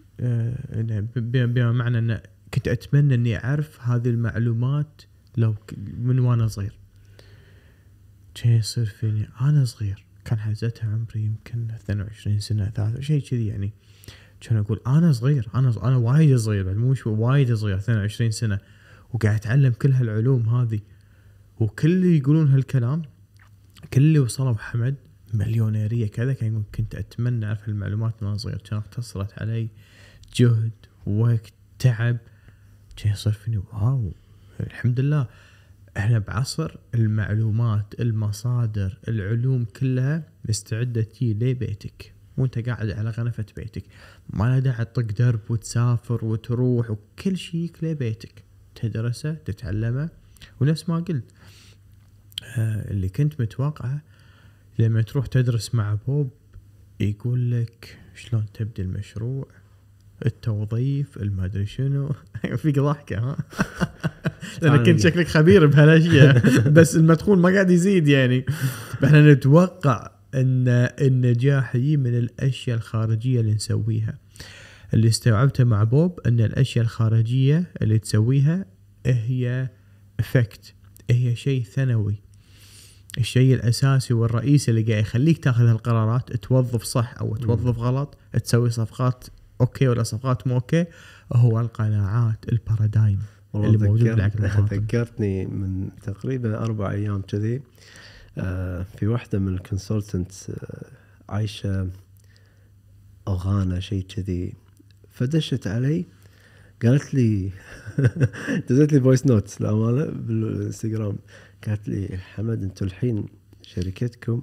بما معنى ان كنت اتمنى اني اعرف هذه المعلومات لو من وانا صغير. كان يصير فيني انا صغير، كان حزتها عمري يمكن 22 سنه 3 شيء كذي. يعني كان اقول انا صغير، انا وايد صغير، بعد مو وايد صغير 22 سنه، وقاعد اتعلم كل هالعلوم هذه. وكل اللي يقولون هالكلام، كل اللي وصلوا حمد مليونيريه كذا، كان يقول كنت اتمنى اعرف هالمعلومات من صغير، كان اختصرت علي جهد ووقت تعب. كان يصير فيني واو الحمد لله احنا بعصر المعلومات، المصادر، العلوم كلها مستعده تجي لبيتك وانت قاعد على غنفه بيتك، ما لا داعي تطق درب وتسافر وتروح، وكل شيء لبيتك تدرسه تتعلمه. ونفس ما قلت اللي كنت متوقعه لما تروح تدرس مع بوب يقول لك شلون تبدأ المشروع، التوظيف، المادري شنو. فيك ضحكة ها. لأن كنت شكلك خبير بهالاشياء، بس المدخول ما قاعد يزيد. يعني احنا نتوقع ان النجاح يجي من الاشياء الخارجية اللي نسويها. اللي استوعبته مع بوب ان الاشياء الخارجية اللي تسويها هي افكت، هي شيء ثانوي. الشيء الأساسي والرئيسي اللي قاعد يخليك تاخذ هالقرارات، توظف صح أو توظف غلط، تسوي صفقات أوكي ولا صفقات مو أوكي، هو القناعات، البارادايم اللي موجود بالعقل. ذكرتني من تقريبا 4 أيام كذي في واحدة من الكونسلتنت عايشة أغانا شيء كذي، فدشت علي قالت لي دزت لي فويس نوت لأمانة بالإنستغرام، قالت لي حمد انتوا الحين شركتكم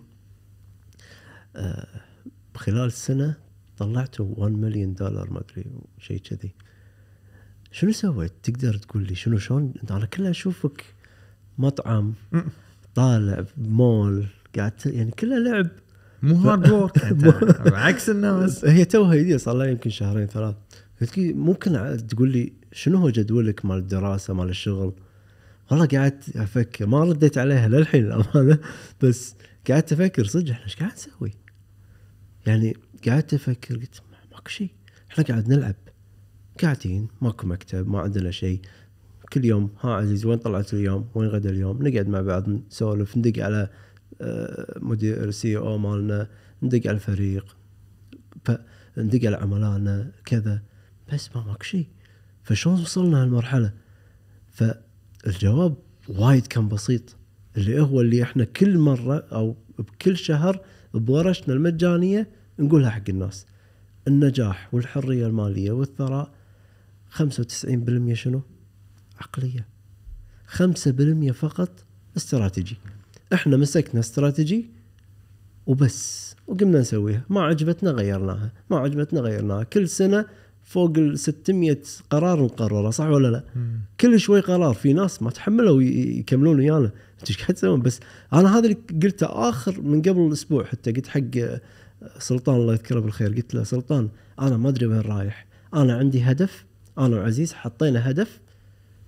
خلال سنة طلعتوا $1 مليون ما ادري شيء كذي، شنو سويت؟ تقدر تقول لي شنو شلون؟ انا كلها اشوفك مطعم طالع مول قاعد يعني كلها لعب مو هارد وورك عكس الناس. هي توها جديدة صار لها يمكن 2-3 شهور. قلت لي ممكن تقول لي شنو هو جدولك مال الدراسة مال الشغل؟ والله قاعد أفكر، ما رديت عليها للحين الأمانة، بس قاعد أفكر صدق إحنا إيش قاعد نسوي؟ يعني قاعد أفكر قلت ماكو شيء، إحنا قاعد نلعب، قاعدين ماكو مكتب، ما عندنا شيء، كل يوم ها عزيز وين طلعت اليوم، وين غدا اليوم، نقعد مع بعض نسولف، ندق على مدير CEO مالنا، ندق على الفريق، ندق على عملائنا كذا، بس ماكو شيء. فشلون وصلنا هالمرحلة؟ فالجواب وايد كان بسيط، اللي هو اللي احنا كل مرة او بكل شهر بورشنا المجانية نقولها حق الناس، النجاح والحرية المالية والثراء 95% شنو؟ عقلية، 5% فقط استراتيجي. احنا مسكنا استراتيجي وبس وقمنا نسويها، ما عجبتنا غيرناها، ما عجبتنا غيرناها. كل سنة فوق 600 قرار نقرره، صح ولا لا؟ كل شوي قرار. في ناس ما تحملوا يكملون ويانا، انت ايش قاعد تسوون؟ بس انا هذا اللي قلته اخر من قبل الاسبوع، حتى قلت حق سلطان الله يذكره بالخير، قلت له سلطان انا ما ادري وين رايح، انا عندي هدف، انا وعزيز حطينا هدف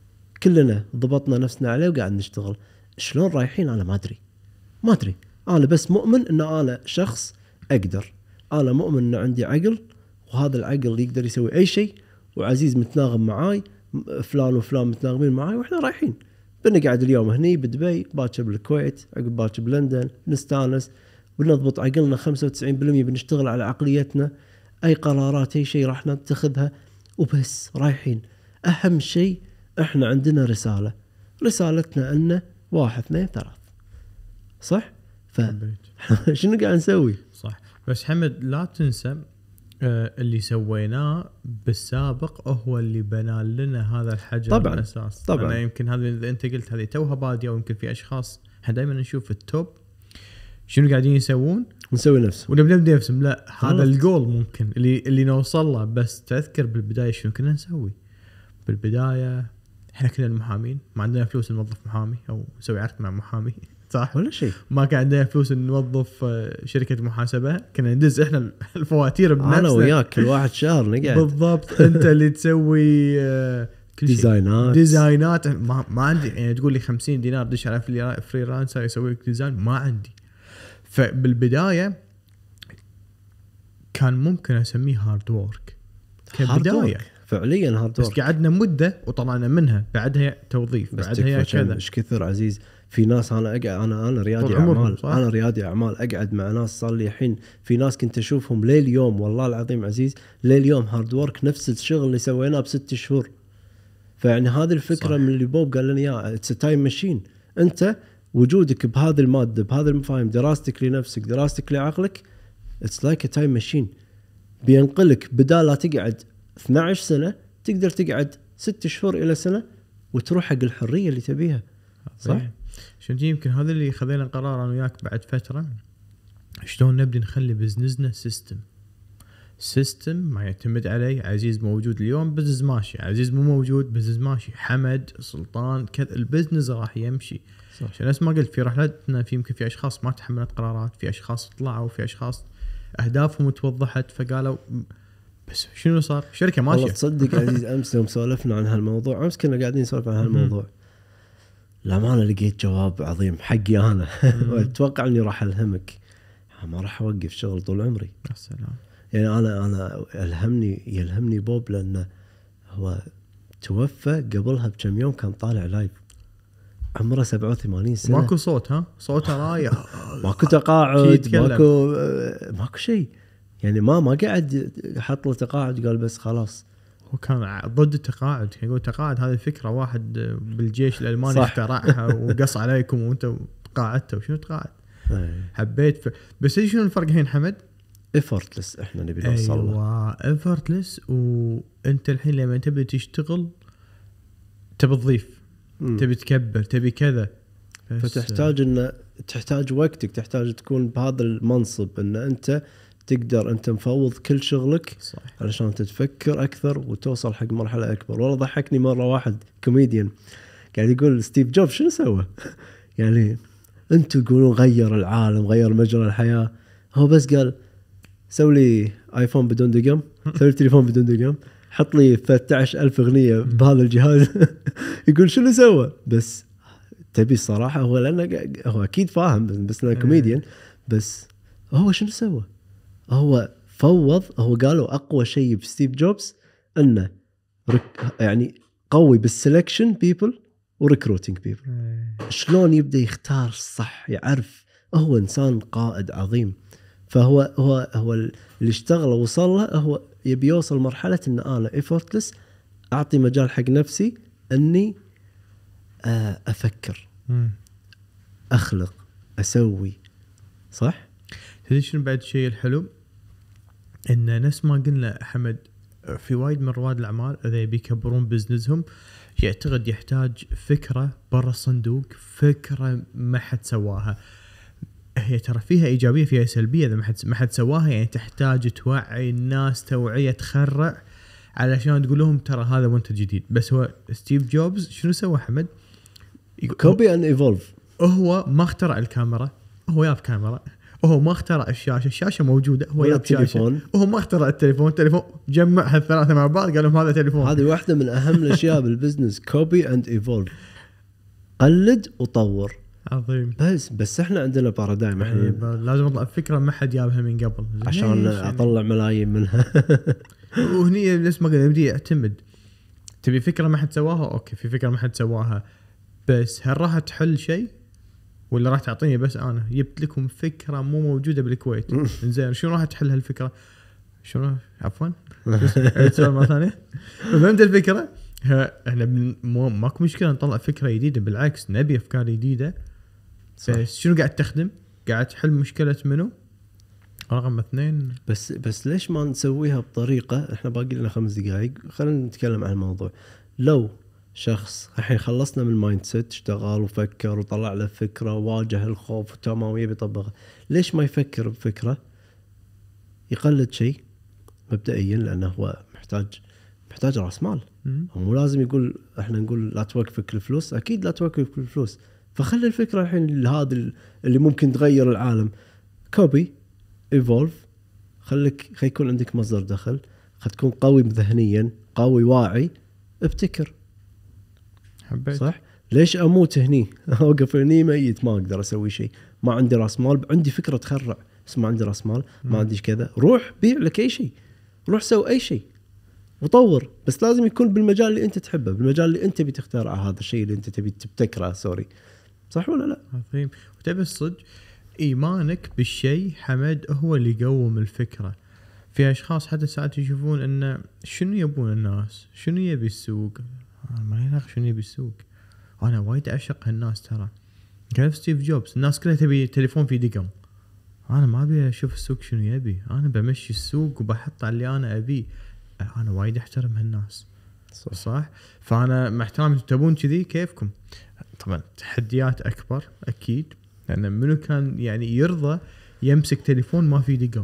كلنا ضبطنا نفسنا عليه وقاعد نشتغل. شلون رايحين انا ما ادري. انا بس مؤمن ان انا شخص اقدر، انا مؤمن ان عندي عقل، وهذا العقل يقدر يسوي اي شيء، وعزيز متناغم معاي، فلان وفلان متناغمين معاي، واحنا رايحين بنقعد اليوم هني بدبي، باكر بالكويت، عقب باكر بلندن، نستانس، بنضبط عقلنا 95% بنشتغل على عقليتنا، اي قرارات اي شيء راح نتخذها وبس رايحين. اهم شيء احنا عندنا رسالتنا ان 1 2 3 صح. فشنو قاعد نسوي؟ صح. بس حمد لا تنسى اللي سويناه بالسابق هو اللي بنى لنا هذا الحجر طبعاً. الأساس. طبعا أنا يمكن هذا اللي أنت قلت هذه توها بادية، ويمكن في أشخاص احنا دائما نشوف التوب شنو قاعدين يسوون نسوي نفسه ونبدأ نفسهم. لا هذا خلاص. الجول ممكن اللي نوصل له. بس تذكر بالبداية شنو كنا نسوي بالبداية؟ احنا كنا المحامين ما عندنا فلوس نوظف محامي أو نسوي عقد مع محامي، صح ولا شيء. ما كان عندنا فلوس نوظف شركة محاسبة، كنا ندز احنا الفواتير بنفسنا. انا وياك كل واحد شهر نقعد بالضبط. انت اللي تسوي كل شيء، ديزاينات. ما عندي يعني تقول لي 50 دينار دش على فريلانسر يسوي لك ديزاين، ما عندي. فبالبداية كان ممكن اسميه هارد وورك كبداية، فعليا هارد بس وورك. قعدنا مدة وطلعنا منها، بعدها توظيف، بعدها كذا. ايش كثر عزيز في ناس. انا اقعد انا ريادي اعمال، انا ريادي اعمال، اقعد مع ناس صار لي الحين في ناس كنت اشوفهم ليل يوم، والله العظيم عزيز ليل يوم هارد وورك، نفس الشغل اللي سويناه ب6 شهور. فيعني هذه الفكره صح. من اللي بوب قال لنا اياها، اتس تايم ماشين. انت وجودك بهذه الماده، بهذه المفاهيم، دراستك لنفسك، دراستك لعقلك، اتس لايك تايم ماشين بينقلك. بدال لا تقعد 12 سنه تقدر تقعد 6 شهور الى سنه وتروح حق الحريه اللي تبيها. صح. عشان يمكن هذا اللي خذينا قرار انا وياك بعد فتره، شلون نبدي نخلي بزنسنا سيستم ما يعتمد عليه. عزيز موجود اليوم بزنس ماشي، عزيز مو موجود بزنس ماشي، حمد سلطان كذا البزنس راح يمشي. صح. عشان نفس ما قلت في رحلتنا في يمكن في اشخاص ما تحملت قرارات، في اشخاص طلعوا، في اشخاص اهدافهم توضحت فقالوا بس شنو صار؟ شركه ماشيه. والله تصدق عزيز امس يوم سولفنا عن هالموضوع، امس كنا قاعدين نسولف عن هالموضوع، للأمانة لقيت جواب عظيم حقي أنا. وأتوقع أني راح ألهمك. ما راح أوقف شغل طول عمري. السلام. يعني أنا يلهمني بوب، لأنه هو توفى قبلها بكم يوم، كان طالع لايف عمره 87 سنة. ماكو صوت، ها صوته رايح. ماكو تقاعد، ماكو شيء. يعني ما قاعد حط له تقاعد قال بس خلاص. هو كان ضد التقاعد، يقول تقاعد هذه الفكرة واحد بالجيش الألماني اخترعها وقص عليكم وانت قاعدته. وشنو تقاعد؟ حبيت بس شنو الفرق هين حمد؟ effortless احنا نبي نوصل له. effortless. وانت الحين لما تبي تشتغل تبي تضيف، تبي تكبر، تبي كذا، فتحتاج ان تحتاج وقتك، تحتاج تكون بهذا المنصب ان انت تقدر انت مفوض كل شغلك. صح. علشان تتفكر اكثر وتوصل حق مرحله اكبر. والله ضحكني مره واحد كوميديان قاعد يقول ستيف جوبز شنو سوى؟ يعني انتم تقولون غير العالم، غير مجرى الحياه، هو بس قال سوي لي ايفون بدون دقم، سوي لي تليفون بدون دقم، حط لي 13,000 اغنيه بهذا الجهاز. يقول شنو سوى؟ بس تبي الصراحه هو لانه هو اكيد فاهم بس انه كوميديان. بس هو شنو سوى؟ هو فوض. هو قالوا أقوى شيء بستيف جوبز أنه يعني قوي بالسلكشن بيبل وريكروتينج بيبل. شلون يبدأ يختار صح، يعرف. هو إنسان قائد عظيم. فهو اللي اشتغل ووصل له، هو يبي يوصل مرحلة أن أنا effortless، أعطي مجال حق نفسي أني أفكر، أخلق، أسوي. صح؟ تدري شنو بعد شيء الحلو؟ إن نفس ما قلنا حمد، في وايد من رواد الأعمال إذا بيكبرون بزنسهم يعتقد يحتاج فكرة برا الصندوق، فكرة ما حد سواها. هي ترى فيها إيجابية فيها سلبية. إذا ما حد سواها يعني تحتاج توعي الناس توعية تخرع علشان تقول لهم ترى هذا منتج جديد. بس هو ستيف جوبز شنو سوى حمد؟ كوبي أند إيفولف. هو ما اخترع الكاميرا، هو ياب كاميرا، وهو ما اخترع الشاشه موجوده، هو ياب شاشه، التليفون. وهو ما اخترع التليفون جمع هالثلاثه مع بعض قال لهم هذا تليفون. هذه واحده من اهم الاشياء بالبزنس، كوبي اند ايفولف، قلد وطور. عظيم. بس احنا عندنا بارادايم احنا لازم اطلع فكره ما حد جابها من قبل عشان اطلع ملايين منها. وهني نفس ما قلت بدي يعتمد. تبي فكره ما حد سواها، اوكي في فكره ما حد سواها، بس هل راح تحل شيء ولا راح تعطيني بس انا جبت لكم فكره مو موجوده بالكويت؟ زين شو راح تحل هالفكره؟ شنو عفوا سؤال مره ثانيه. فهمت الفكره؟ احنا ماكو مشكله نطلع فكره جديده، بالعكس نبي افكار جديده. بس شنو قاعد تخدم؟ قاعد تحل مشكله منو؟ رقم 2. بس ليش ما نسويها بطريقه، احنا باقي لنا 5 دقائق خلينا نتكلم عن الموضوع. لو شخص الحين خلصنا من المايند سيت، اشتغل وفكر وطلع له فكره وواجه الخوف وتمام ويبي يطبقها، ليش ما يفكر بفكره يقلد شيء مبدئيا؟ لانه هو محتاج راس مال. هو مو لازم يقول احنا نقول لا توقفك الفلوس، اكيد لا توقفك الفلوس. فخلي الفكره الحين هذا اللي ممكن تغير العالم، كوبي ايفولف، خليك يكون عندك مصدر دخل، تكون قوي ذهنيا، قوي واعي، ابتكر. حبيت. صح. ليش اموت هني اوقف هني ميت ما اقدر اسوي شيء، ما عندي راس مال، عندي فكره تخرع بس ما عندي راس مال، ما عنديش كذا. روح بيع لك اي شيء، روح سوي اي شيء وطور، بس لازم يكون بالمجال اللي انت تحبه، بالمجال اللي انت بتختار هذا الشيء اللي انت تبي تبتكره. سوري، صح ولا لا؟ عظيم. وتبي الصدق ايمانك بالشيء حمد هو اللي يقوم الفكره. في اشخاص حتى ساعات يشوفون ان شنو يبون الناس، شنو يبي السوق، ما يناقش شنو يبي السوق. انا وايد اعشق هالناس ترى، كيف ستيف جوبز الناس كلها تبي تليفون في دقم، انا ما ابي اشوف السوق شنو يبي، انا بمشي السوق وبحط على اللي انا ابيه. انا وايد احترم هالناس. صح. فانا مع احترامي تبون كذي كيفكم. طبعا تحديات اكبر اكيد، لان منو كان يعني يرضى يمسك تليفون ما في دقم.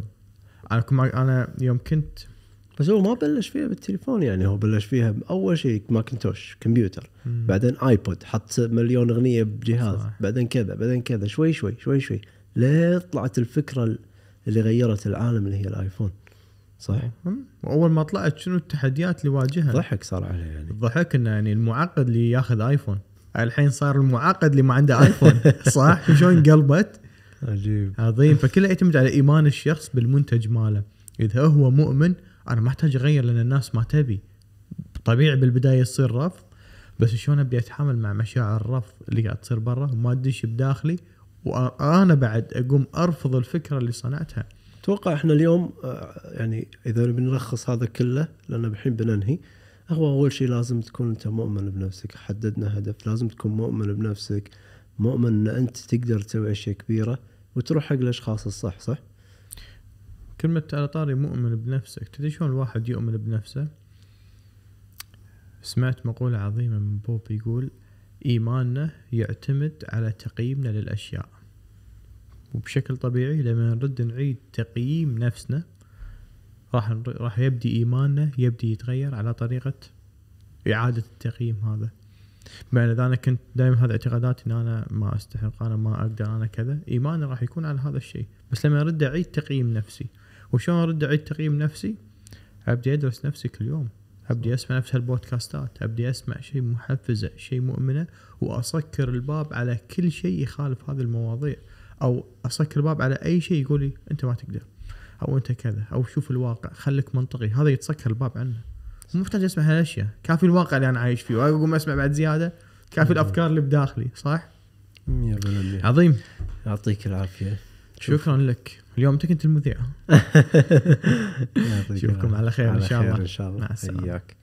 انا يوم كنت، بس هو ما بلش فيها بالتليفون، يعني هو بلش فيها اول شيء ماكنتوش كمبيوتر، بعدين ايبود، حط مليون اغنيه بجهاز، صح. بعدين كذا شوي ليه طلعت الفكره اللي غيرت العالم اللي هي الايفون. صح. واول ما طلعت شنو التحديات اللي واجهها؟ ضحك صار عليه، يعني الضحك انه يعني المعقد اللي ياخذ ايفون الحين صار المعقد اللي ما عنده ايفون. صح. شلون قلبت؟ عجيب. عظيم. فكله يعتمد على ايمان الشخص بالمنتج ماله. اذا هو مؤمن انا ما احتاج اغير لان الناس ما تبي، طبيعي بالبدايه يصير رفض، بس شلون ابي اتحمل مع مشاعر الرفض اللي قاعد تصير برا وما ادش بداخلي، وانا بعد اقوم ارفض الفكره اللي صنعتها. اتوقع احنا اليوم يعني اذا بنلخص هذا كله، لان الحين بننهي، هو اول شيء لازم تكون انت مؤمن بنفسك. حددنا هدف، لازم تكون مؤمن بنفسك، مؤمن ان انت تقدر تسوي اشياء كبيره وتروح حق الاشخاص الصح. صح. كلمه على طاري مؤمن بنفسك، تدري شلون الواحد يؤمن بنفسه؟ سمعت مقولة عظيمة من بوب يقول إيماننا يعتمد على تقييمنا للأشياء، وبشكل طبيعي لما نرد نعيد تقييم نفسنا راح يبدي إيماننا يبدي يتغير على طريقة إعادة التقييم هذا. بما إذا أنا كنت دائما هذا اعتقاداتي إن أنا ما أستحق، أنا ما أقدر، أنا كذا، إيماني راح يكون على هذا الشيء. بس لما أرد أعيد تقييم نفسي، وشون أرد أعيد تقييم نفسي؟ أبدي أدرس نفسي كل يوم، أبدي أسمع نفس هالبودكاستات، أبدي أسمع شيء محفزة، شيء مؤمنة، وأسكر الباب على كل شيء يخالف هذه المواضيع، أو أسكر الباب على أي شيء يقولي أنت ما تقدر أو أنت كذا، أو شوف الواقع خليك منطقي. هذا يتسكر الباب عنه، مو محتاج أسمع هالأشياء، كافي الواقع اللي أنا عايش فيه، وأقوم أسمع بعد زيادة كافي الأفكار اللي بداخلي. صح. 100%. عظيم. يعطيك العافية. شكرا لك. اليوم أنت كنت المذيع. نشوفكم على خير إن شاء الله. مع السلامة.